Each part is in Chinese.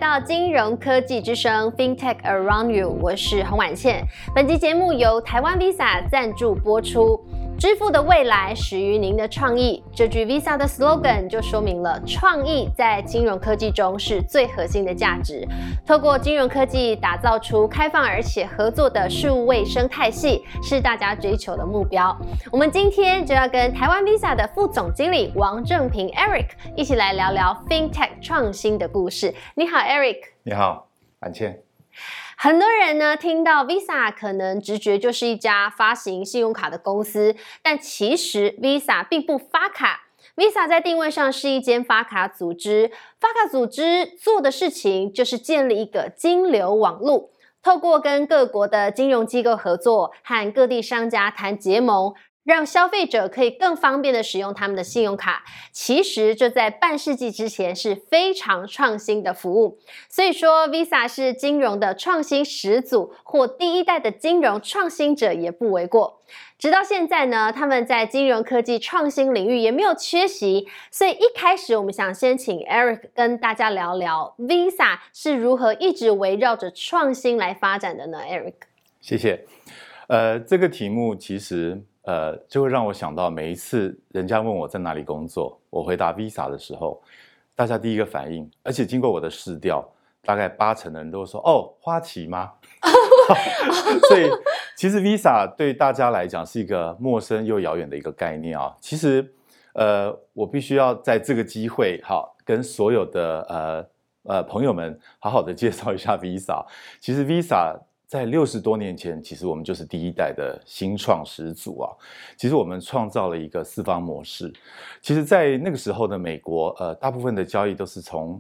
到金融科技之声 FinTech Around You， 我是洪婉倩。本集节目由台湾 Visa 赞助播出。支付的未来始于您的创意，这句 Visa 的 slogan 就说明了创意在金融科技中是最核心的价值。透过金融科技打造出开放而且合作的数位生态系，是大家追求的目标。我们今天就要跟台湾 Visa 的副总经理王正平 Eric 一起来聊聊 FinTech 创新的故事。你好 Eric。 你好婉倩。 很多人呢听到 Visa 可能直觉就是一家发行信用卡的公司，但其实 Visa 并不发卡。Visa 在定位上是一间发卡组织，发卡组织做的事情就是建立一个金流网路，透过跟各国的金融机构合作，和各地商家谈结盟，让消费者可以更方便的使用他们的信用卡。其实这在半世纪之前是非常创新的服务。所以说 Visa 是金融的创新始祖，或第一代的金融创新者也不为过。直到现在呢，他们在金融科技创新领域也没有缺席。所以一开始我们想先请 Eric 跟大家聊聊 Visa 是如何一直围绕着创新来发展的呢 Eric。 谢谢。这个题目其实就会让我想到每一次人家问我在哪里工作，我回答 Visa 的时候，大家第一个反应，而且经过我的试调，大概80%的人都说哦，花旗吗？所以其实 Visa 对大家来讲是一个陌生又遥远的一个概念啊。其实我必须要在这个机会跟所有的朋友们好好的介绍一下 Visa。其实 Visa在60多年前，其实我们就是第一代的新创始祖啊。其实我们创造了一个四方模式。其实，在那个时候的美国，大部分的交易都是从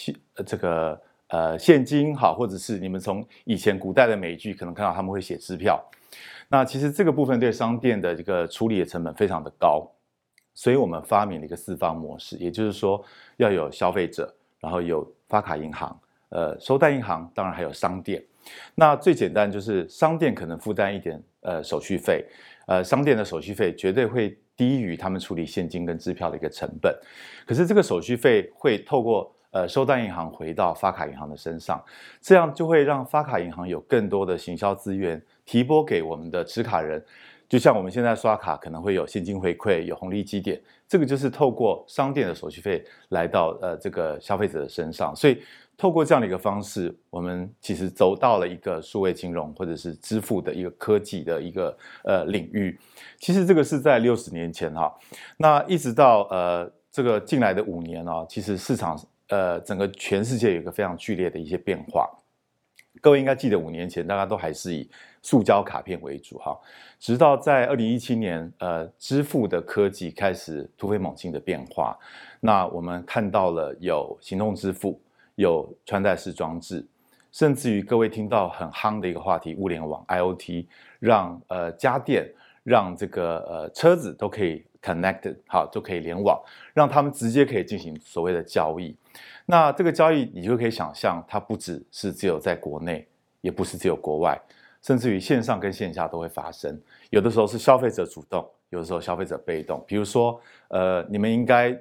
现金或者是你们从以前古代的美剧可能看到他们会写支票。那其实这个部分对商店的这个处理的成本非常的高，所以我们发明了一个四方模式，也就是说要有消费者，然后有发卡银行，收贷银行，当然还有商店。那最简单就是商店可能负担一点手续费，商店的手续费绝对会低于他们处理现金跟支票的一个成本。可是这个手续费会透过收贷银行回到发卡银行的身上，这样就会让发卡银行有更多的行销资源提拨给我们的持卡人。就像我们现在刷卡可能会有现金回馈，有红利积点，这个就是透过商店的手续费来到这个消费者的身上。所以透过这样的一个方式，我们其实走到了一个数位金融或者是支付的一个科技的一个领域。其实这个是在60年前那一直到这个近来的5年其实市场整个全世界有一个非常剧烈的一些变化。各位应该记得5年前大家都还是以塑胶卡片为主直到在2017年支付的科技开始突飞猛进的变化。那我们看到了有行动支付，有穿戴式装置，甚至于各位听到很夯的一个话题，物联网 IoT， 让家电，让这个车子都可以 connected， 都可以联网，让他们直接可以进行所谓的交易。那这个交易你就可以想象，它不只是只有在国内，也不是只有国外，甚至于线上跟线下都会发生。有的时候是消费者主动，有的时候消费者被动。比如说你们应该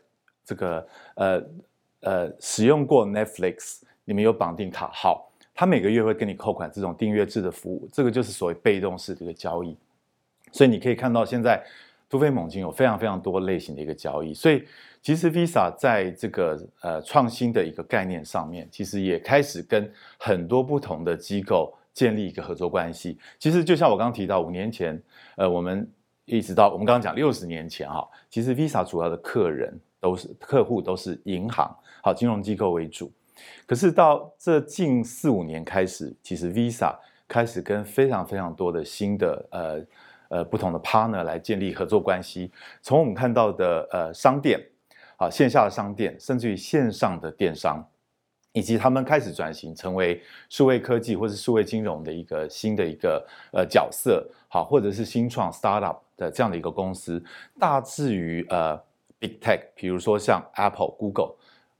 使用过 Netflix， 你们有绑定卡号，它每个月会跟你扣款，这种订阅制的服务，这个就是所谓被动式的一个交易。所以你可以看到现在突飞猛进，有非常非常多类型的一个交易。所以其实 Visa 在这个创新的一个概念上面，其实也开始跟很多不同的机构建立一个合作关系。其实就像我刚刚提到5年前我们一直到我们刚刚讲60年前其实 Visa 主要的客户都是银行金融机构为主。可是到这近4-5年开始，其实 Visa 开始跟非常非常多的新的不同的 partner 来建立合作关系。从我们看到的商店线下的商店，甚至于线上的电商，以及他们开始转型成为数位科技或是数位金融的一个新的一个角色或者是新创 startup 的这样的一个公司，大致于Big Tech， 比如说像 Apple、Google，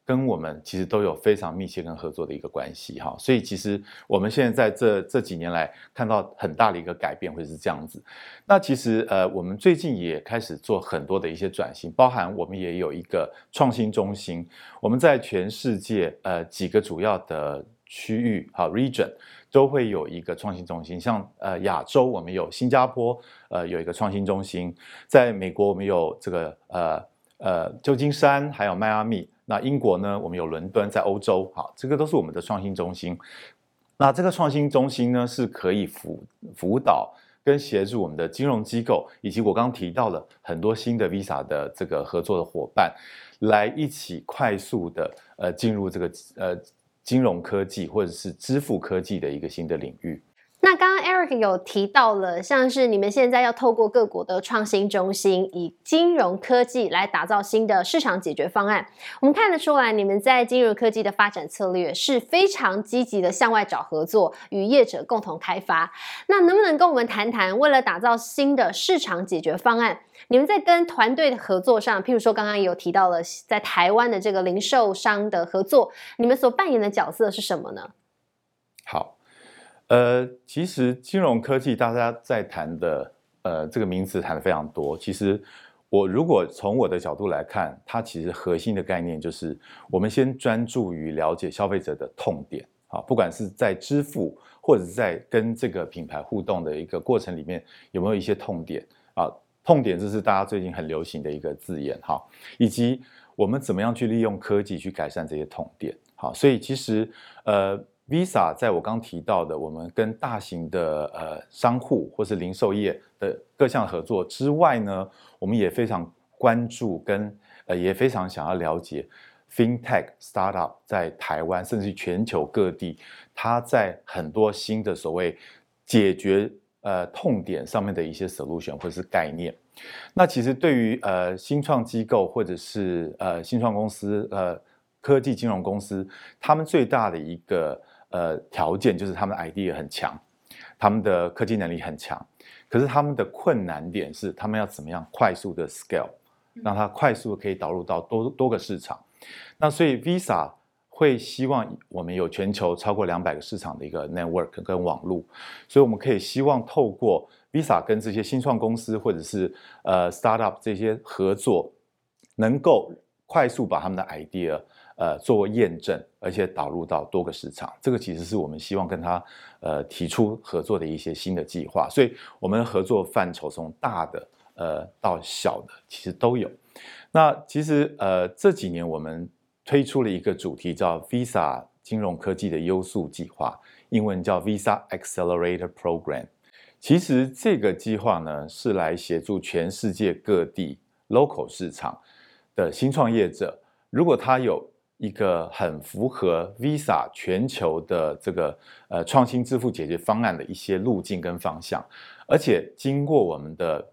跟我们其实都有非常密切跟合作的一个关系哈，所以其实我们现在在这几年来看到很大的一个改变会是这样子。那其实我们最近也开始做很多的一些转型，包含我们也有一个创新中心，我们在全世界几个主要的区域好 region 都会有一个创新中心，像亚洲我们有新加坡有一个创新中心，在美国我们有这个旧金山还有迈阿密。那英国呢，我们有伦敦，在欧洲，好，这个都是我们的创新中心。那这个创新中心呢，是可以辅导跟协助我们的金融机构，以及我刚刚提到了很多新的 Visa 的这个合作的伙伴，来一起快速的进入这个金融科技或者是支付科技的一个新的领域。 那刚刚 Eric 有提到了，像是你们现在要透过各国的创新中心，以金融科技来打造新的市场解决方案。我们看得出来，你们在金融科技的发展策略是非常积极的向外找合作，与业者共同开发。那能不能跟我们谈谈，为了打造新的市场解决方案，你们在跟团队的合作上，譬如说刚刚也有提到了在台湾的这个零售商的合作，你们所扮演的角色是什么呢？ 好。其实金融科技大家在谈的这个名词谈的非常多。其实我如果从我的角度来看，它其实核心的概念就是我们先专注于了解消费者的痛点啊，不管是在支付或者是在跟这个品牌互动的一个过程里面，有没有一些痛点啊？痛点这是大家最近很流行的一个字眼哈，以及我们怎么样去利用科技去改善这些痛点。好，所以其实Visa 在我刚提到的，我们跟大型的商户或是零售业的各项合作之外呢，我们也非常关注跟也非常想要了解 FinTech Startup 在台湾甚至全球各地，它在很多新的所谓解决痛点上面的一些 solution 或者是概念。那其实对于新创机构或者是新创公司科技金融公司，他们最大的一个条件就是他们的 idea 很强，他们的科技能力很强，可是他们的困难点是他们要怎么样快速的 scale， 让它快速可以导入到多个市场。那所以 Visa 会希望我们有全球超过200个市场的一个 network 跟网路，所以我们可以希望透过 Visa 跟这些新创公司或者是startup 这些合作，能够快速把他们的 idea做验证，而且导入到多个市场。这个其实是我们希望跟他提出合作的一些新的计划。所以我们合作范畴从大的到小的其实都有。那其实这几年我们推出了一个主题叫 Visa 金融科技的优速计划，英文叫 Visa Accelerator Program。其实这个计划呢是来协助全世界各地 local 市场的新创业者，如果他有一个很符合 Visa 全球的这个创新支付解决方案的一些路径跟方向，而且经过我们的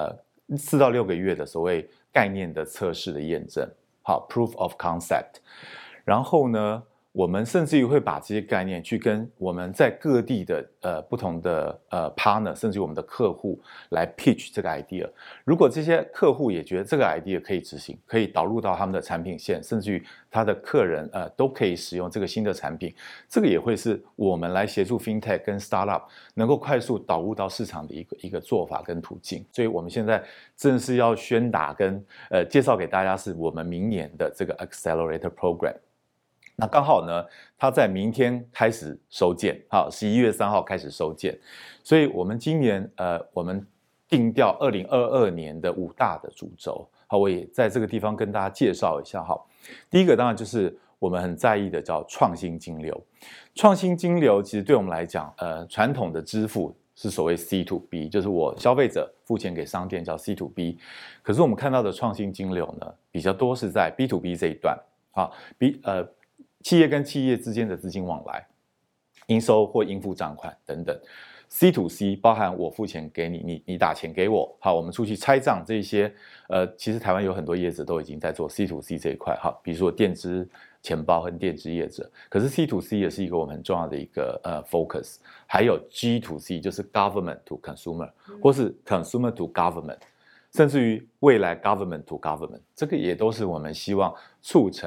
4到6个月的所谓概念的测试的验证，好 proof of concept， 然后呢，我们甚至于会把这些概念去跟我们在各地的不同的partner， 甚至于我们的客户来 pitch 这个 idea。如果这些客户也觉得这个 idea 可以执行，可以导入到他们的产品线，甚至于他的客人都可以使用这个新的产品，这个也会是我们来协助 FinTech 跟 Startup 能够快速导入到市场的一个做法跟途径。所以我们现在正式要宣达跟介绍给大家，是我们明年的这个 Accelerator Program。那刚好呢，它在明天开始收件，好，11月3号开始收件，所以我们今年我们定调2022年的5大的主轴，好，我也在这个地方跟大家介绍一下哈。第一个当然就是我们很在意的叫创新金流，创新金流其实对我们来讲，传统的支付是所谓 C to B， 就是我消费者付钱给商店叫 C to B， 可是我们看到的创新金流呢，比较多是在 B to B 这一段，好，企业跟企业之间的资金往来，应收或应付账款等等。C to C 包含我付钱给你，你打钱给我，好，我们出去拆账这些，其实台湾有很多业者都已经在做 C to C 这一块，好，比如说电子钱包和电子业者，可是 C to C 也是一个我们很重要的一个focus， 还有 G to C 就是 Government to Consumer， 或是 Consumer to Government， 甚至于未来 Government to Government， 这个也都是我们希望促成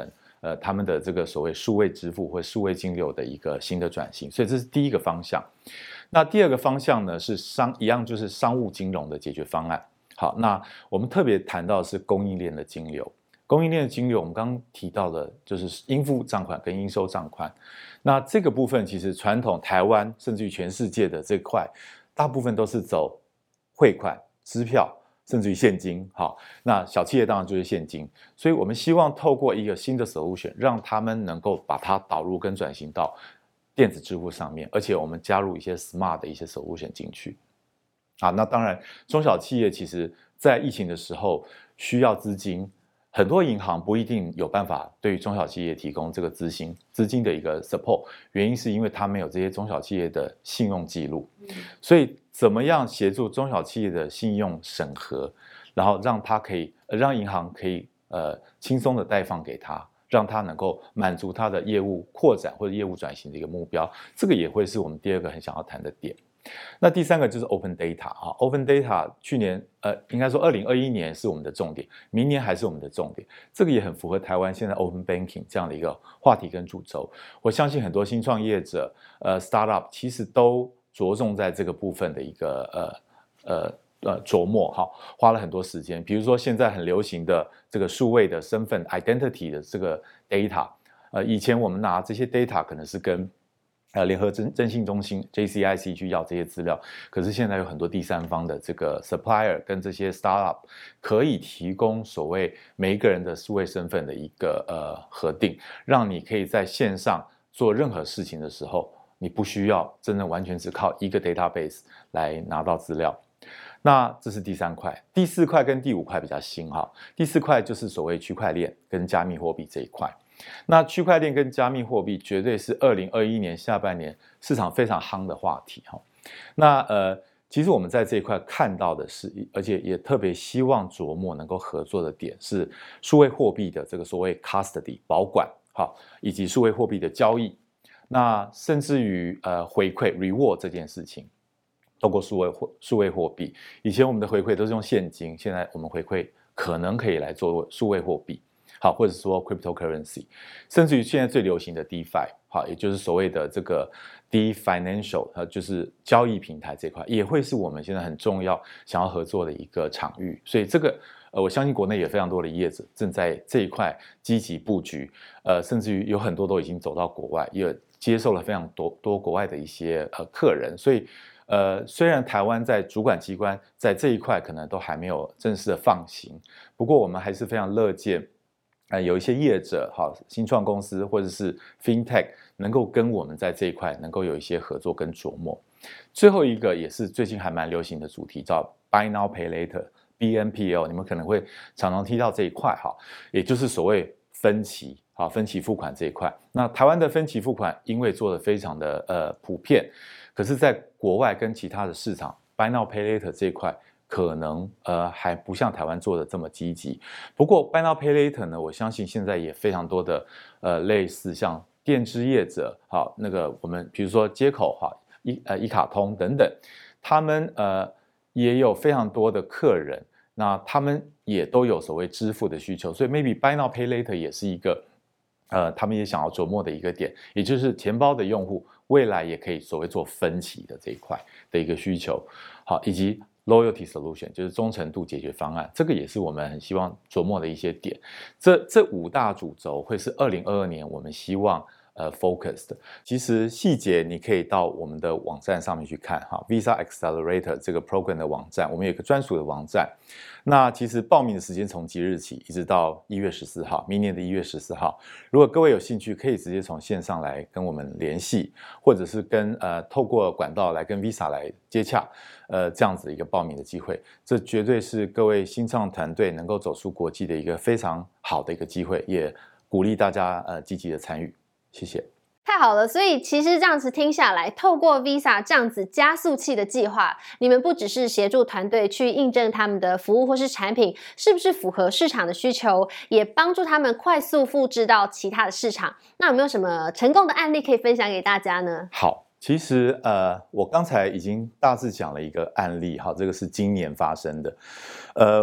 他们的这个所谓数位支付或数位金流的一个新的转型，所以这是第一个方向。那第二个方向呢是一样就是商务金融的解决方案。好，那我们特别谈到的是供应链的金流。供应链的金流，我们刚刚提到的就是应付账款跟应收账款。那这个部分其实传统台湾甚至于全世界的这块，大部分都是走汇款、支票，甚至于现金。好，那小企业当然就是现金。所以我们希望透过一个新的 solution， 让他们能够把它导入跟转型到电子支付上面，而且我们加入一些 smart 的一些 solution 进去。啊，那当然，中小企业其实在疫情的时候需要资金，很多银行不一定有办法对于中小企业提供这个资金的一个 support， 原因是因为它没有这些中小企业的信用记录，所以怎么样协助中小企业的信用审核，然后让银行可以轻松的贷放给他，让他能够满足他的业务扩展或者业务转型的一个目标，这个也会是我们第二个很想要谈的点。那第三个就是 Open Data 啊 ，Open Data 去年应该说2021年是我们的重点，明年还是我们的重点，这个也很符合台湾现在 Open Banking 这样的一个话题跟主轴。我相信很多新创业者startup 其实都着重在这个部分的一个琢磨哈，花了很多时间。比如说现在很流行的这个数位的身份 identity 的这个 data，以前我们拿这些 data 可能是跟联合征信中心 JCIC 去要这些资料，可是现在有很多第三方的这个 supplier 跟这些 startup 可以提供所谓每一个人的数位身份的一个核定，让你可以在线上做任何事情的时候，你不需要真的完全只靠一个 database 来拿到资料。那这是第三块，第四块跟第五块比较新哈。第四块就是所谓区块链跟加密货币这一块。那区块链跟加密货币绝对是2021年下半年市场非常夯的话题哈。那其实我们在这一块看到的是，而且也特别希望琢磨能够合作的点是数位货币的这个所谓 custody 保管好，以及数位货币的交易，那甚至于回馈 reward 这件事情。透过数位货币，以前我们的回馈都是用现金，现在我们回馈可能可以来做数位货币，好，或者说 cryptocurrency， 甚至于现在最流行的 DeFi， 好，也就是所谓的这个 DeFinancial， 就是交易平台这块，也会是我们现在很重要想要合作的一个场域。所以这个我相信国内也非常多的业者正在这一块积极布局，甚至于有很多都已经走到国外，也接受了非常多国外的一些客人，所以。虽然台湾在主管机关在这一块可能都还没有正式的放行，不过我们还是非常乐见，有一些业者好新创公司或者是 FinTech 能够跟我们在这一块能够有一些合作跟琢磨。最后一个也是最近还蛮流行的主题叫 Buy Now Pay Later。BNPL 你们可能会常常提到这一块哈，也就是所谓分期付款这一块。那台湾的分期付款因为做得非常的普遍，可是在国外跟其他的市场 Buy Now Pay Later 这一块可能还不像台湾做的这么积极。不过 Buy Now Pay Later 呢，我相信现在也非常多的类似像电支业者好，那个我们比如说街口一卡通等等，他们也有非常多的客人，那他们也都有所谓支付的需求，所以 maybe Buy Now Pay Later 也是一个他们也想要琢磨的一个点，也就是钱包的用户未来也可以所谓做分期的这一块的一个需求，好，以及 loyalty solution 就是忠诚度解决方案，这个也是我们很希望琢磨的一些点。这五大主轴会是2022年我们希望focus 的。其实细节你可以到我们的网站上面去看哈 ，Visa Accelerator 这个 program 的网站，我们有一个专属的网站。那其实报名的时间从即日起一直到1月14号，明年的1月14号。如果各位有兴趣，可以直接从线上来跟我们联系，或者是跟透过管道来跟 Visa 来接洽，这样子的一个报名的机会，这绝对是各位新创团队能够走出国际的一个非常好的一个机会，也鼓励大家积极的参与。谢谢。 太好了，所以其实这样子听下来，透过 Visa 这样子加速器的计划，你们不只是协助团队去印证他们的服务或是产品是不是符合市场的需求，也帮助他们快速复制到其他的市场。那有没有什么成功的案例可以分享给大家呢？ 好，其实我刚才已经大致讲了一个案例，好，这个是今年发生的。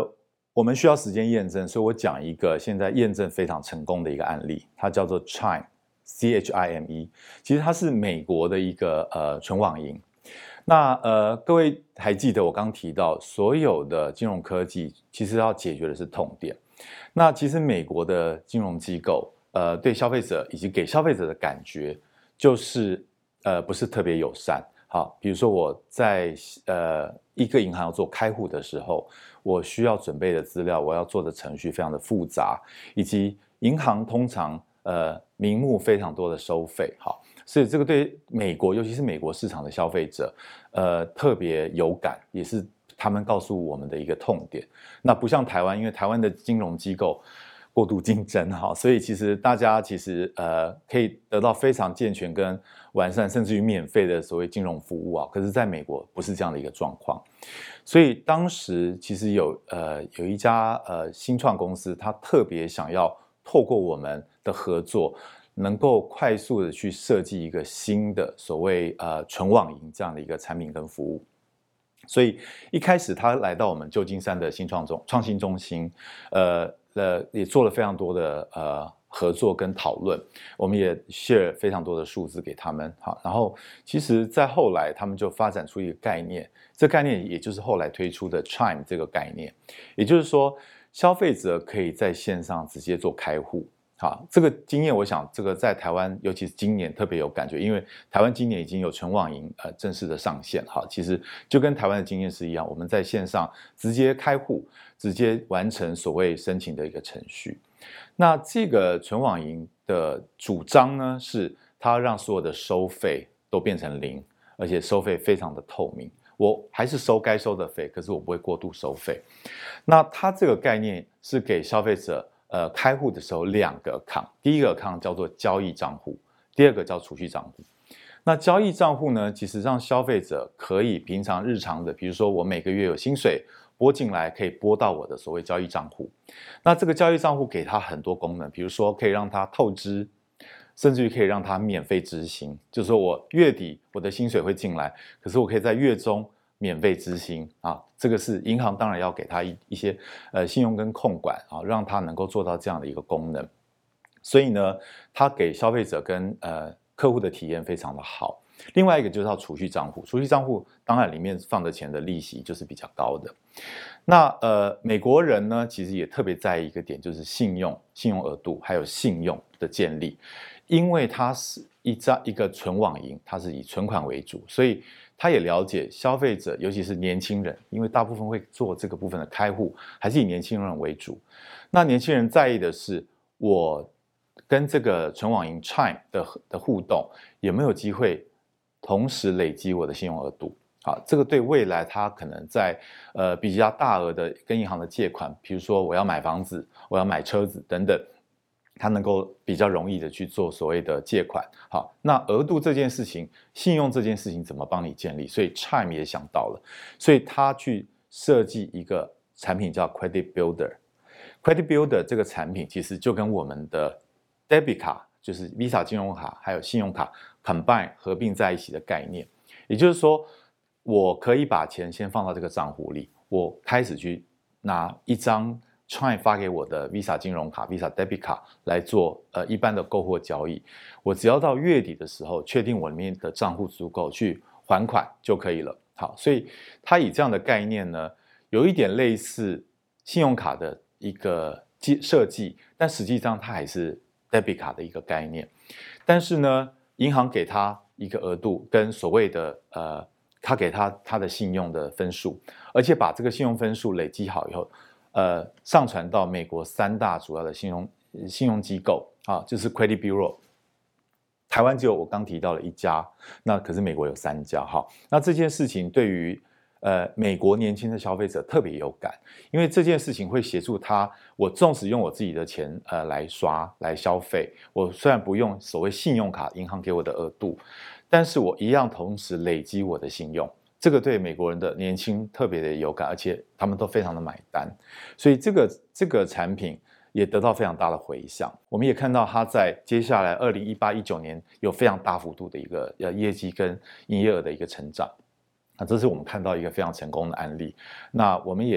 我们需要时间验证，所以我讲一个现在验证非常成功的一个案例，它叫做 Chime，C-H-I-M-E， 其实它是美国的一个纯网银。那各位还记得我刚提到，所有的金融科技其实要解决的是痛点。那其实美国的金融机构对消费者以及给消费者的感觉就是不是特别友善。好，比如说我在一个银行要做开户的时候，我需要准备的资料，我要做的程序非常的复杂，以及银行通常名目非常多的收费。好，所以这个对美国，尤其是美国市场的消费者，特别有感，也是他们告诉我们的一个痛点。那不像台湾，因为台湾的金融机构过度竞争哈，所以其实大家可以得到非常健全跟完善，甚至于免费的所谓金融服务啊。可是在美国不是这样的一个状况，所以当时其实有一家新创公司，它特别想要透过我们的合作，能够快速的去设计一个新的所谓纯网银这样的一个产品跟服务。所以一开始他来到我们旧金山的创新中心，也做了非常多的合作跟讨论，我们也 share 非常多的数字给他们。好，然后其实在后来他们就发展出一个概念，这概念也就是后来推出的 Chime 这个概念，也就是说消费者可以在线上直接做开户。好，这个经验我想这个在台湾尤其是今年特别有感觉，因为台湾今年已经有纯网银正式的上线。好，其实就跟台湾的经验是一样，我们在线上直接开户，直接完成所谓申请的一个程序。那这个纯网银的主张呢，是它让所有的收费都变成零，而且收费非常的透明。我还是收该收的费，可是我不会过度收费。那它这个概念是给消费者开户的时候2个account，第一个account叫做交易账户，第二个叫储蓄账户。那交易账户呢，其实让消费者可以平常日常的，比如说我每个月有薪水拨进来，可以拨到我的所谓交易账户。那这个交易账户给他很多功能，比如说可以让他透支，甚至于可以让他免费执行，就是说我月底我的薪水会进来，可是我可以在月中免费执行啊，这个是银行当然要给他一些信用跟控管啊，让他能够做到这样的一个功能。所以呢，他给消费者跟客户的体验非常的好。另外一个就是要储蓄账户，储蓄账户当然里面放的钱的利息就是比较高的。那美国人呢，其实也特别在意一个点，就是信用额度还有信用的建立，因为它是一个纯网银，它是以存款为主，所以他也了解消费者，尤其是年轻人，因为大部分会做这个部分的开户，还是以年轻人为主。那年轻人在意的是，我跟这个纯网银 Chime 的互动有没有机会同时累积我的信用额度。好，这个对未来他可能在比较大额的跟银行的借款，比如说我要买房子，我要买车子等等，他能够比较容易的去做所谓的借款。好，那额度这件事情，信用这件事情怎么帮你建立？所以 Chime 也想到了，所以他去设计一个产品叫 Credit Builder。Credit Builder 这个产品其实就跟我们的 Debit 卡，就是 Visa 金融卡还有信用卡 combine 合并在一起的概念，也就是说，我可以把钱先放到这个账户里，我开始去拿一张 Chime 发给我的 Visa 金融卡 Visa Debit 卡来做一般的购货交易，我只要到月底的时候确定我里面的账户足够去还款就可以了。好，所以它以这样的概念呢，有一点类似信用卡的一个设计，但实际上它还是 Debit 卡的一个概念。但是呢，银行给他一个额度跟所谓的他给他的信用的分数，而且把这个信用分数累积好以后，上传到美国3大主要的信用机构啊，就是 Credit Bureau。台湾只有我刚提到了1家，那可是美国有3家。好，那这件事情对于美国年轻的消费者特别有感，因为这件事情会协助他，我纵使用我自己的钱来刷来消费，我虽然不用所谓信用卡银行给我的额度，但是我一样同时累积我的信用，这个对美国人的年轻特别的有感，而且他们都非常的买单，所以这个产品也得到非常大的回响。我们也看到它在接下来2018-19年有非常大幅度的一个业绩跟营业额的一个成长。那这是我们看到一个非常成功的案例。那我们也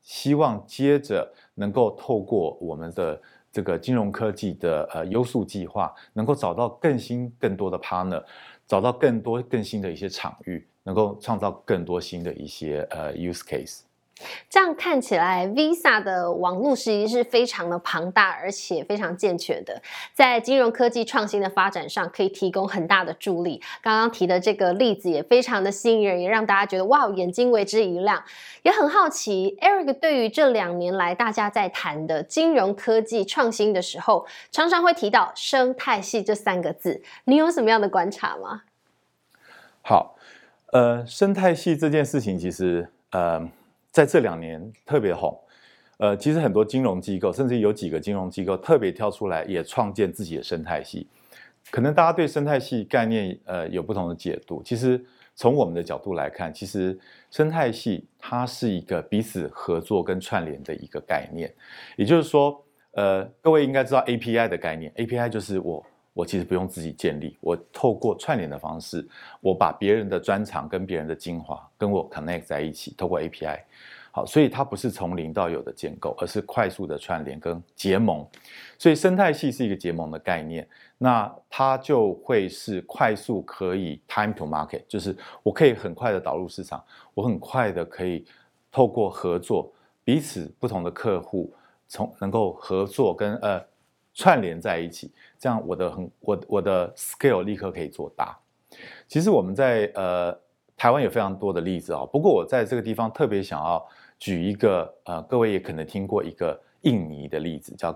希望接着能够透过我们的这个金融科技的优速计划，能够找到更多的 partner， 找到更新的一些场域，能够创造更多新的一些use case。 这样看起来 Visa 的网络实际是非常的庞大，而且非常健全的，在金融科技创新的发展上可以提供很大的助力。刚刚提的这个例子也非常的吸引人，也让大家觉得哇，眼睛为之一亮。也很好奇 Eric 对于这2年来大家在谈的金融科技创新的时候，常常会提到生态系这3个字，你有什么样的观察吗？ 好，生态系这件事情其实在这2年特别红，其实很多金融机构，甚至有几个金融机构特别跳出来，也创建自己的生态系。可能大家对生态系概念有不同的解读。其实从我们的角度来看，其实生态系它是一个彼此合作跟串联的一个概念。也就是说，各位应该知道 API 的概念 ，API 就是我其实不用自己建立，我透过串联的方式，我把别人的专长跟别人的精华跟我 connect 在一起，透过 API。好，所以它不是从零到有的建构，而是快速的串联跟结盟。所以生态系是一个结盟的概念，那它就会是快速可以 time to market， 就是我可以很快的导入市场，我很快的可以透过合作，彼此不同的客户能够合作跟串联在一起，这样我的 scale 立刻可以做大。其实我们在台湾有非常多的例子啊，不过我在这个地方特别想要举一个各位也可能听过一个印尼的例子，叫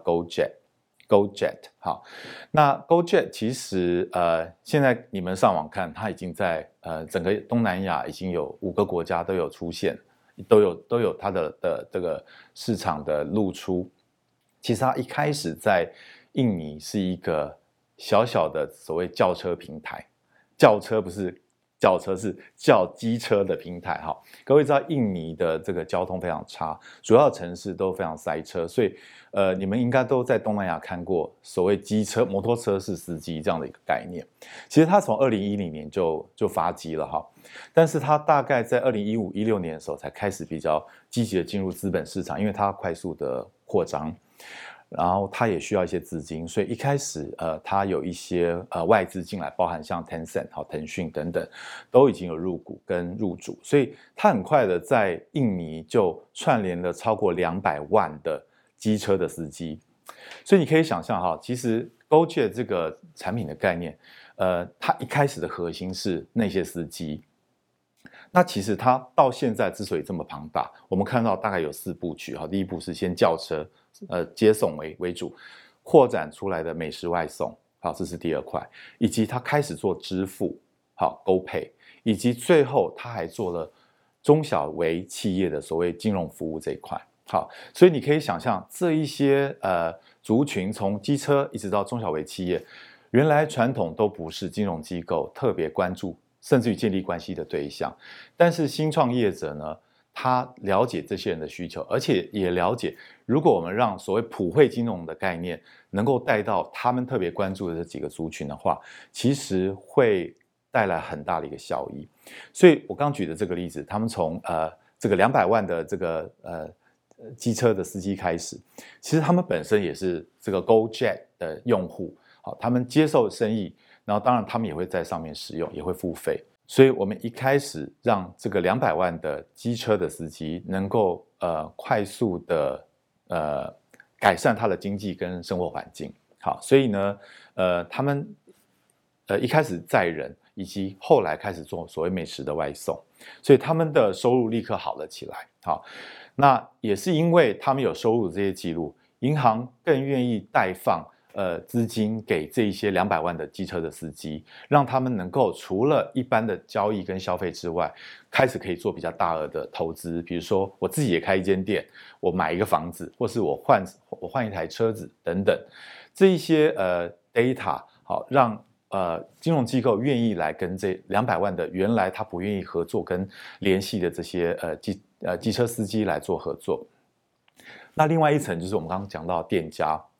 GoJet。好，那 GoJet 其实现在你们上网看，它已经在整个东南亚已经有5个国家都有出现，都有它的这个市场的露出。其实它一开始在印尼是一个小小的所谓轿车平台，轿车不是轿车，是叫机车的平台。哈，各位知道印尼的这个交通非常差，主要城市都非常塞车，所以你们应该都在东南亚看过所谓机车、摩托车是司机这样的一个概念。其实它从2010年就发迹了哈，但是它大概在2015、16年的时候才开始比较积极的进入资本市场，因为它快速的扩张。然后它也需要一些资金，所以一开始它有一些外资进来，包含像 Tencent、腾讯等等，都已经有入股跟入主，所以它很快的在印尼就串联了超过200万的机车的司机。所以你可以想象哈，其实 GoJet 这个产品的概念，它一开始的核心是那些司机。那其实它到现在之所以这么庞大，我们看到大概有4部曲。第一步是先轿车，接送为主，扩展出来的美食外送，好，这是第2块，以及它开始做支付，好 ，GoPay， 以及最后它还做了中小微企业的所谓金融服务这一块。好，所以你可以想象这一些族群，从机车一直到中小微企业，原来传统都不是金融机构特别关注，甚至于建立关系的对象，但是新创业者呢，他了解这些人的需求，而且也了解，如果我们让所谓普惠金融的概念能够带到他们特别关注的这几个族群的话，其实会带来很大的一个效益。所以我刚举的这个例子，他们从这个200万的这个机车的司机开始，其实他们本身也是这个 GoJet 的用户，好，他们接受生意。然后当然他们也会在上面使用，也会付费，所以我们一开始让这个200万的机车的司机能够快速的改善他的经济跟生活环境。好，所以呢他们一开始载人，以及后来开始做所谓美食的外送，所以他们的收入立刻好了起来。好，那也是因为他们有收入的这些记录，银行更愿意贷放资金给这一些200万的机车的司机，让他们能够除了一般的交易跟消费之外，开始可以做比较大额的投资，比如说我自己也开一间店，我买一个房子，或是我换一台车子等等，这一些data 好让金融机构愿意来跟这200万的原来他不愿意合作跟联系的这些机车司机来做合作。那另外一层就是我们刚刚讲到店家，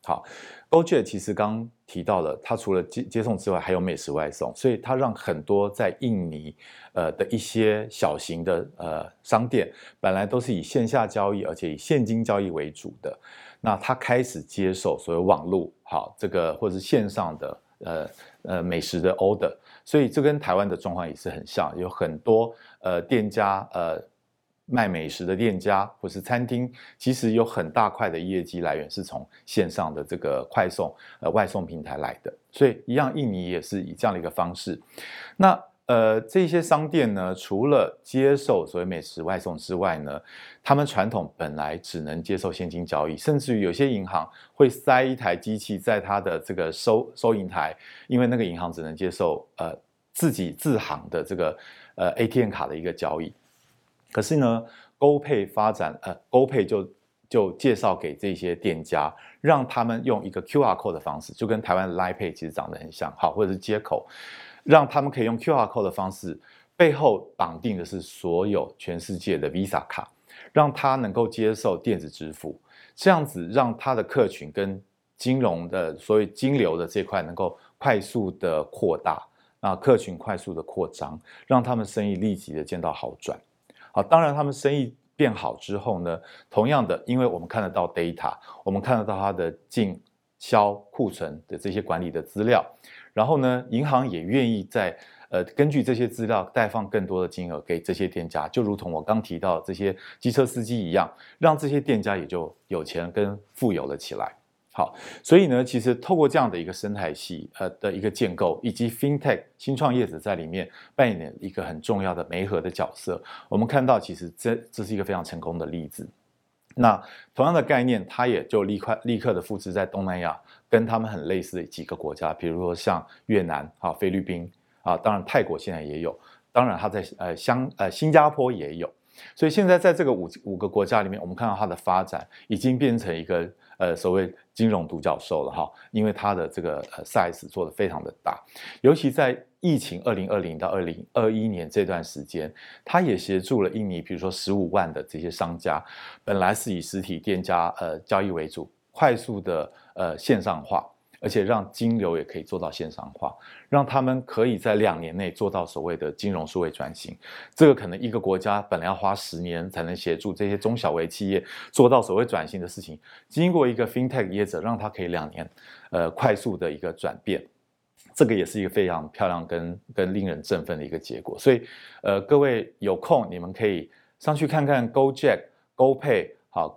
好，Gojek 其实刚提到了，它除了接送之外，还有美食外送，所以它让很多在印尼的一些小型的商店，本来都是以线下交易，而且以现金交易为主的，那它开始接受所谓网络好这个或者是线上的美食的 order， 所以这跟台湾的状况也是很像，有很多店家卖美食的店家或是餐厅，其实有很大块的业绩来源是从线上的这个快送外送平台来的，所以一样，印尼也是以这样的一个方式。那这些商店呢，除了接受所谓美食外送之外呢，他们传统本来只能接受现金交易，甚至于有些银行会塞一台机器在它的这个收银台，因为那个银行只能接受自己自行的这个ATM 卡的一个交易。可是呢 ，GoPay 发展GoPay 就介绍给这些店家，让他们用一个 QR code 的方式，就跟台湾的 Line Pay 其实长得很像，好，或者是接口，让他们可以用 QR code 的方式，背后绑定的是所有全世界的 Visa 卡，让他能够接受电子支付，这样子让他的客群跟金融的所谓金流的这块能够快速的扩大，客群快速的扩张，让他们生意立即的见到好转。好，当然他们生意变好之后呢，同样的，因为我们看得到 data， 我们看得到它的进销库存的这些管理的资料，然后呢，银行也愿意在根据这些资料贷放更多的金额给这些店家，就如同我刚提到这些机车司机一样，让这些店家也就有钱跟富有了起来。好，所以呢，其实透过这样的一个生态系的一个建构，以及 FinTech 新创业者在里面扮演一个很重要的媒合的角色，我们看到其实这是一个非常成功的例子。那同样的概念，它也就立刻的复制在东南亚，跟他们很类似的几个国家，比如说像越南啊、菲律宾啊，当然泰国现在也有，当然它在新加坡也有。所以现在在这个五个国家里面，我们看到它的发展已经变成一个所谓金融独角兽了哈，因为它的这个size 做得非常的大，尤其在疫情2020到2021年这段时间，它也协助了印尼，比如说15万的这些商家，本来是以实体店家交易为主，快速的线上化。而且让金流也可以做到线上化，让他们可以在2年内做到所谓的金融数位转型。这个可能一个国家本来要花10年才能协助这些中小微企业做到所谓转型的事情，经过一个 FinTech 业者，让他可以2年快速的一个转变。这个也是一个非常漂亮跟令人振奋的一个结果。所以各位有空你们可以上去看看 Gojek、GoPay 好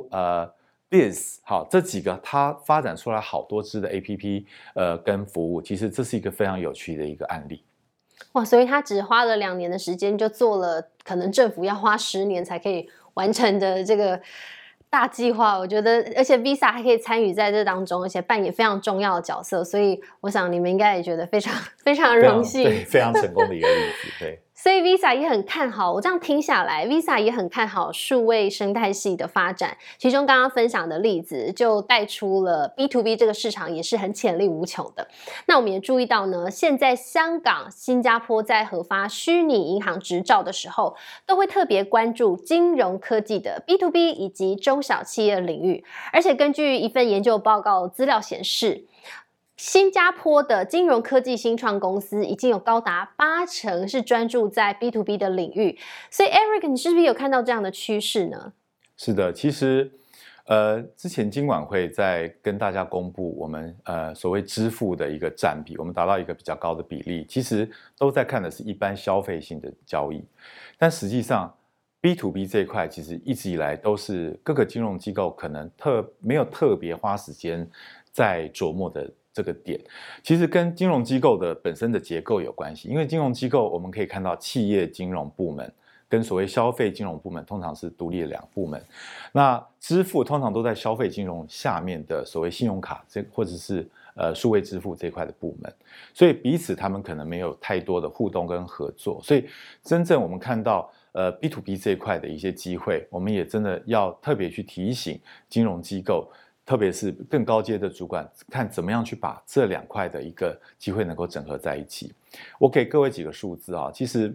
Biz 好，这几个它发展出来好多支的 APP， 跟服务，其实这是一个非常有趣的一个案例。 哇，所以他只花了2年的时间，就做了可能政府要花10年才可以完成的这个大计划。我觉得，而且 Visa 还可以参与在这当中，而且扮演非常重要的角色，所以我想你们应该也觉得非常非常荣幸， 对，非常成功的一个例子，对。 所以 Visa 也很看好，我这样听下来 ，Visa 也很看好数位生态系的发展。其中刚刚分享的例子就带出了 B2B 这个市场也是很潜力无穷的。那我们也注意到呢，现在香港、新加坡在核发虚拟银行执照的时候，都会特别关注金融科技的 B2B 以及中小企业领域。而且根据一份研究报告资料显示，新加坡的金融科技新创公司已经有高达80%是专注在 B2B 的领域，所以 Eric， 你是不是有看到这样的趋势呢？ 是的，其实之前金管会在跟大家公布我们所谓支付的一个占比，我们达到一个比较高的比例，其实都在看的是一般消费性的交易，但实际上 B2B 这一块其实一直以来都是各个金融机构可能没有特别花时间在琢磨的这个点，其实跟金融机构的本身的结构有关系。因为金融机构我们可以看到企业金融部门跟所谓消费金融部门通常是独立的2部门，那支付通常都在消费金融下面的所谓信用卡或者是数位支付这块的部门，所以彼此他们可能没有太多的互动跟合作，所以真正我们看到B2B 这一块的一些机会，我们也真的要特别去提醒金融机构，特别是更高阶的主管，看怎么样去把这2块的一个机会能够整合在一起。我给各位几个数字啊，其实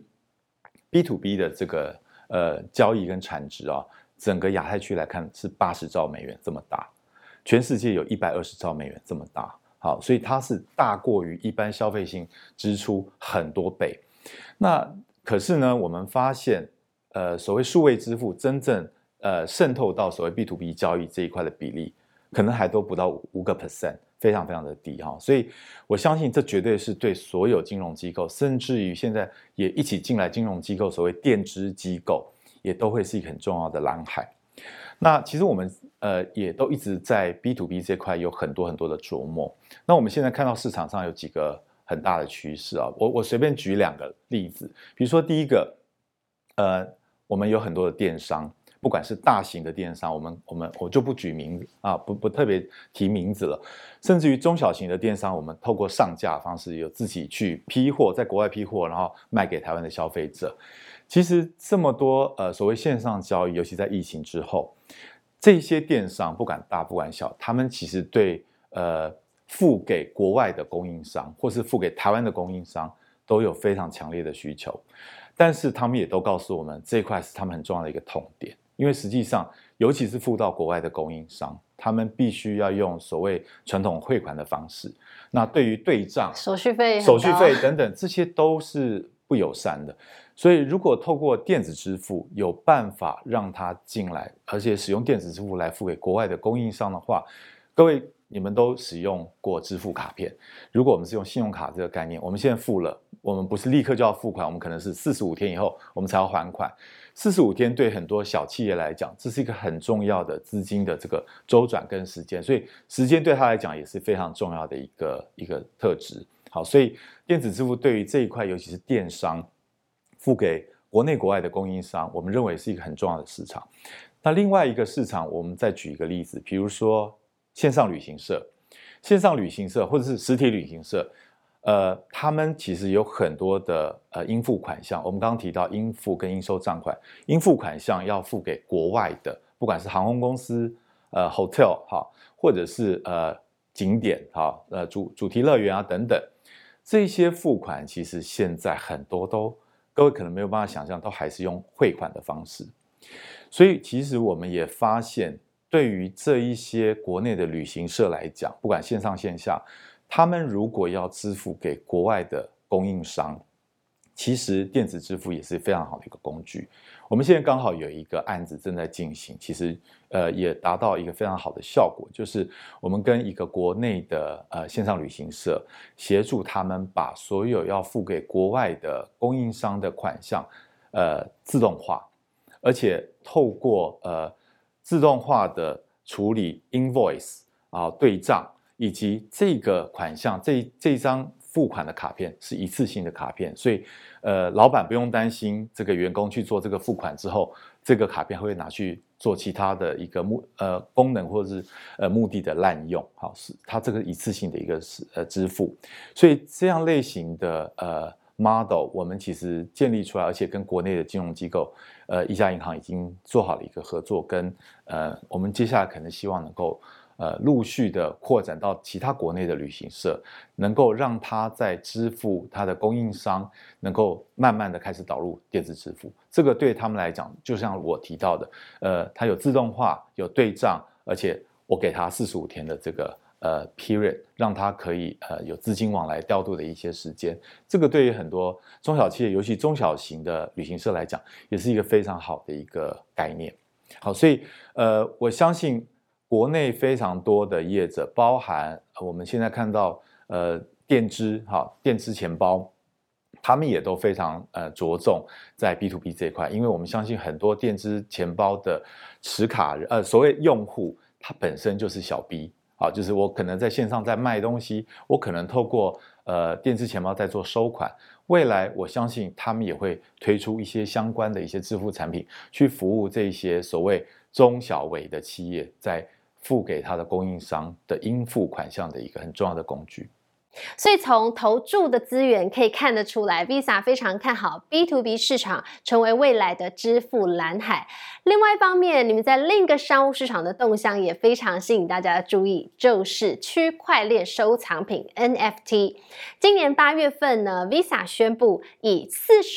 B2B 的这个交易跟产值啊，整个亚太区来看是80兆美元这么大， 全世界有120兆美元这么大，好，所以它是大过于一般消费性支出很多倍。那可是呢，我们发现，所谓数位支付真正渗透到所谓 B2B 交易这一块的比例，可能还都不到5%，非常非常的低哈。所以我相信这绝对是对所有金融机构，甚至于现在也一起进来金融机构，所谓电支机构，也都会是一个很重要的蓝海。那其实我们也都一直在 B2B 这块有很多很多的琢磨。那我们现在看到市场上有几个很大的趋势啊，我随便举2个例子，比如说第一个，我们有很多的电商，不管是大型的电商，我就不举名字啊，不特别提名字了，甚至于中小型的电商，我们透过上架的方式，有自己去批货，在国外批货，然后卖给台湾的消费者。其实这么多所谓线上交易，尤其在疫情之后，这些电商不管大不管小，他们其实对付给国外的供应商，或是付给台湾的供应商，都有非常强烈的需求。但是他们也都告诉我们，这一块是他们很重要的一个痛点，因为实际上，尤其是付到国外的供应商，他们必须要用所谓传统汇款的方式。那对于对账、 手续费等等，这些都是不友善的。所以，如果透过电子支付有办法让它进来，而且使用电子支付来付给国外的供应商的话，各位你们都使用过支付卡片。如果我们是用信用卡这个概念，我们现在付了，我们不是立刻就要付款，我们可能是45天以后我们才要还款。45天对很多小企业来讲，这是一个很重要的资金的这个周转跟时间，所以时间对他来讲也是非常重要的一个特质。好，所以电子支付对于这一块，尤其是电商付给国内国外的供应商，我们认为是一个很重要的市场。那另外一个市场，我们再举一个例子，比如说线上旅行社或者是实体旅行社，他们其实有很多的应付款项。我们刚刚提到应付跟应收账款，应付款项要付给国外的，不管是航空公司、hotel 哈，或者是景点哈、主题乐园啊等等，这些付款其实现在很多都各位可能没有办法想象，都还是用汇款的方式。所以其实我们也发现，对于这一些国内的旅行社来讲，不管线上线下，他们如果要支付给国外的供应商，其实电子支付也是非常好的一个工具。我们现在刚好有一个案子正在进行，其实也达到一个非常好的效果，就是我们跟一个国内的线上旅行社协助他们把所有要付给国外的供应商的款项自动化，而且透过自动化的处理 invoice 对账，以及这个款项这张付款的卡片是一次性的卡片，所以老板不用担心这个员工去做这个付款之后，这个卡片会拿去做其他的一个功能或者是目的的滥用。好，是它这个一次性的一个支付，所以这样类型的model 我们其实建立出来，而且跟国内的金融机构一家银行已经做好了一个合作，跟我们接下来可能希望能够陆续的扩展到其他国内的旅行社，能够让他在支付他的供应商，能够慢慢的开始导入电子支付。这个对他们来讲，就像我提到的，它有自动化，有对账，而且我给他45天的这个period， 让他可以有资金往来调度的一些时间。这个对于很多中小企业，尤其中小型的旅行社来讲，也是一个非常好的一个概念。好，所以我相信国内非常多的业者，包含我们现在看到电支钱包，他们也都非常着重在 B2B 这一块，因为我们相信很多电支钱包的持卡所谓用户，他本身就是小 B。好，就是我可能在线上在卖东西，我可能透过电子钱包在做收款。未来我相信他们也会推出一些相关的一些支付产品，去服务这些所谓中小微的企业，在付给他的供应商的应付款项的一个很重要的工具。 所以从投注的资源可以看得出来 ，Visa 非常看好 B2B 市场成为未来的支付蓝海。另外一方面，你们在另一个商务市场的动向也非常吸引大家的注意，就是区块链收藏品 NFT。今年8月份呢 ，Visa 宣布以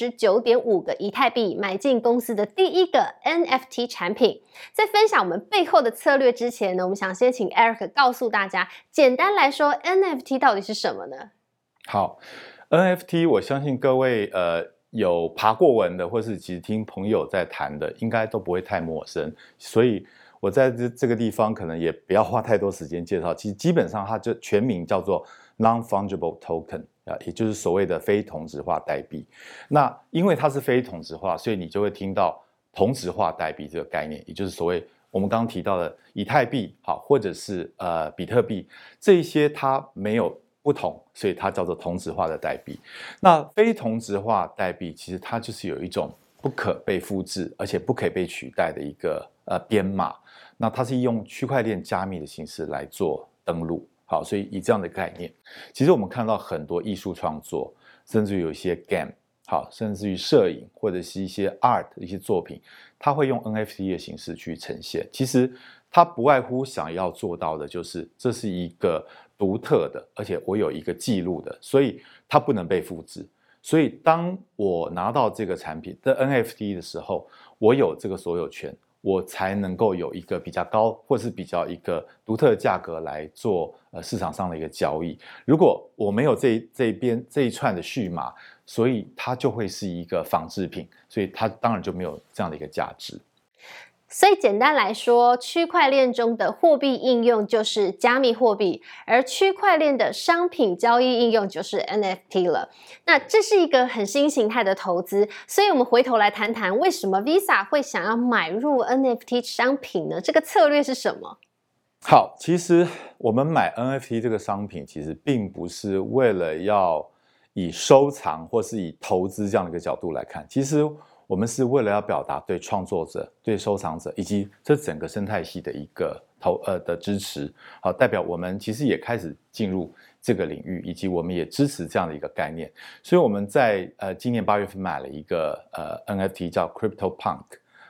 49.5个以太币买进公司的第一个 NFT 产品。在分享我们背后的策略之前呢，我们想先请 Eric 告诉大家，简单来说 NFT 到底是什么呢？ 好 ，NFT 我相信各位有爬过文的，或是其实听朋友在谈的，应该都不会太陌生，所以我在这个地方可能也不要花太多时间介绍。其实基本上它就全名叫做 Non-Fungible Token 也就是所谓的非同质化代币。那因为它是非同质化，所以你就会听到同质化代币这个概念，也就是所谓我们刚刚提到的以太币，好，或者是比特币，这一些它没有不同，所以它叫做同质化的代币。那非同质化代币其实它就是有一种不可被复制，而且不可以被取代的一个编码。那它是用区块链加密的形式来做登录。好，所以以这样的概念，其实我们看到很多艺术创作，甚至于有一些 game。好，甚至于摄影或者是一些 art 的一些作品，它会用 NFT 的形式去呈现。其实它不外乎想要做到的就是，这是一个独特的，而且我有一个记录的，所以它不能被复制。所以当我拿到这个产品的 NFT 的时候，我有这个所有权，我才能够有一个比较高，或是比较一个独特的价格来做市场上的一个交易。如果我没有这一串的序码，所以它就会是一个仿制品，所以它当然就没有这样的一个价值。 所以简单来说，区块链中的货币应用就是加密货币，而区块链的商品交易应用就是 NFT 了。那这是一个很新形态的投资，所以我们回头来谈谈为什么 Visa 会想要买入 NFT 商品呢？这个策略是什么？ 好，其实我们买 NFT 这个商品，其实并不是为了要以收藏或是以投资这样的一个角度来看，其实我们是为了要表达对创作者、对收藏者以及这整个生态系的一个的支持。好，代表我们其实也开始进入这个领域，以及我们也支持这样的一个概念。所以我们在今年8月份买了一个NFT 叫 CryptoPunk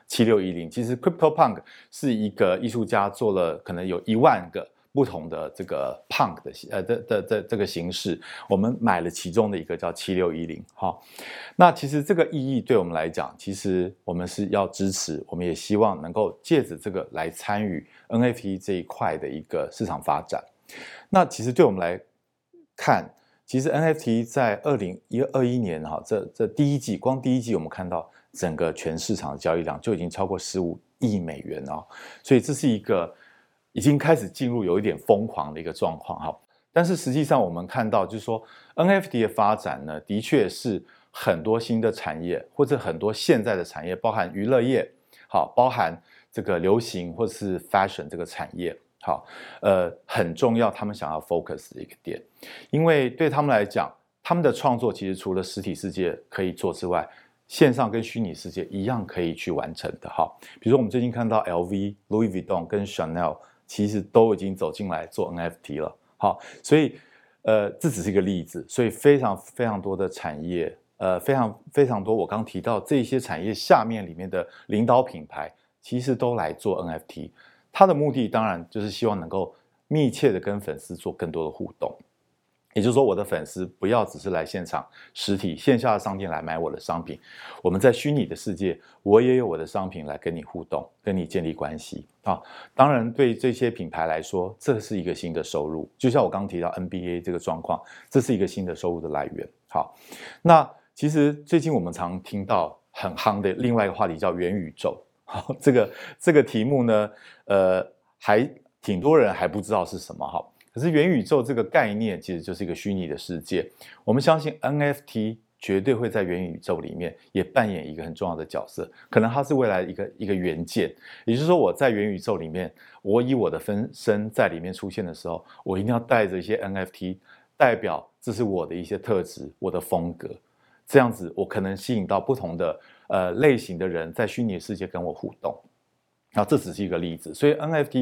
7610。其实 CryptoPunk 是一个艺术家做了可能有1万个不同的这个 punk 的这个形式，我们买了其中的一个叫7610。好，那其实这个意义对我们来讲，其实我们是要支持，我们也希望能够借着这个来参与 NFT 这一块的一个市场发展。那其实对我们来看，其实 NFT 在2021年哈，这第一季，光第一季我们看到整个全市场的交易量就已经超过15亿美元哦，所以这是一个已经开始进入有一点疯狂的一个状况哈。但是实际上我们看到，就是说 NFT 的发展呢，的确是很多新的产业或者很多现在的产业，包含娱乐业，好，包含这个流行或是 fashion 这个产业，好，很重要，他们想要 focus 的一个点，因为对他们来讲，他们的创作其实除了实体世界可以做之外，线上跟虚拟世界一样可以去完成的哈。比如说我们最近看到 LV、Louis Vuitton 跟 Chanel 其实都已经走进来做 NFT 了，好，所以这只是一个例子，所以非常非常多的产业，非常多我刚提到这些产业下面里面的领导品牌，其实都来做 NFT， 它的目的当然就是希望能够密切的跟粉丝做更多的互动。也就是说，我的粉丝不要只是来现场实体线下的商店来买我的商品，我们在虚拟的世界，我也有我的商品来跟你互动，跟你建立关系啊。当然，对这些品牌来说，这是一个新的收入。就像我刚刚提到 NBA 这个状况，这是一个新的收入的来源。好，那其实最近我们常听到很夯的另外一个话题叫元宇宙。好，这个题目呢，还挺多人还不知道是什么哈。可是元宇宙这个概念其实就是一个虚拟的世界，我们相信 NFT 绝对会在元宇宙里面也扮演一个很重要的角色，可能它是未来一个元件，也就是说我在元宇宙里面，我以我的分身在里面出现的时候，我一定要带着一些 NFT， 代表这是我的一些特质，我的风格，这样子我可能吸引到不同的类型的人在虚拟世界跟我互动。然后这只是一个例子，所以 NFT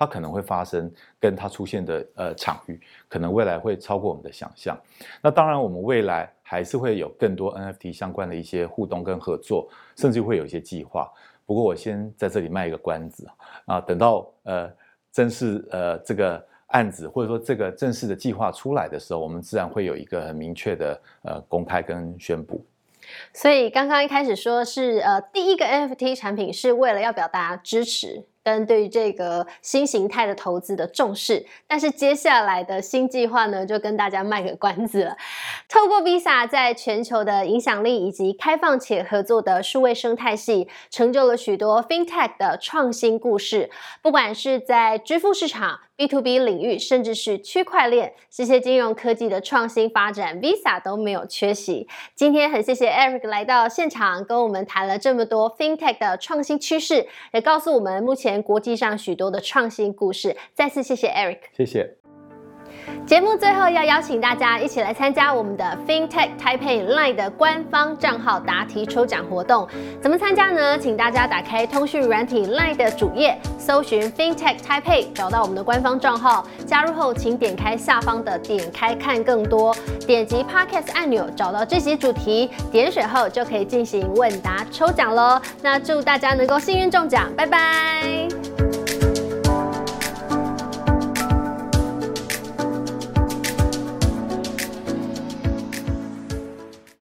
它可能会发生，跟它出现的场域，可能未来会超过我们的想象。那当然，我们未来还是会有更多 NFT 相关的一些互动跟合作，甚至会有一些计划。不过我先在这里卖一个关子啊，等到正式这个案子或者说这个正式的计划出来的时候，我们自然会有一个很明确的公开跟宣布。 所以刚刚一开始说是第一个 NFT 产品是为了要表达支持跟对于这个新形态的投资的重视，但是接下来的新计划呢，就跟大家卖个关子了。透过 Visa 在全球的影响力以及开放且合作的数位生态系，成就了许多 FinTech 的创新故事。不管是在支付市场、B2B 领域，甚至是区块链这些金融科技的创新发展 ，Visa 都没有缺席。今天很谢谢 Eric 来到现场，跟我们谈了这么多 FinTech 的创新趋势，也告诉我们目前国际上许多的创新故事。再次谢谢 Eric， 谢谢。 节目最后要邀请大家一起来参加我们的 FinTech Taipei Line 的官方账号答题抽奖活动。怎么参加呢？请大家打开通讯软体 Line 的主页，搜寻 FinTech Taipei， 找到我们的官方账号。加入后，请点开下方的点开看更多，点击 Podcast 按钮，找到这集主题，点选后就可以进行问答抽奖咯。那祝大家能够幸运中奖，拜拜。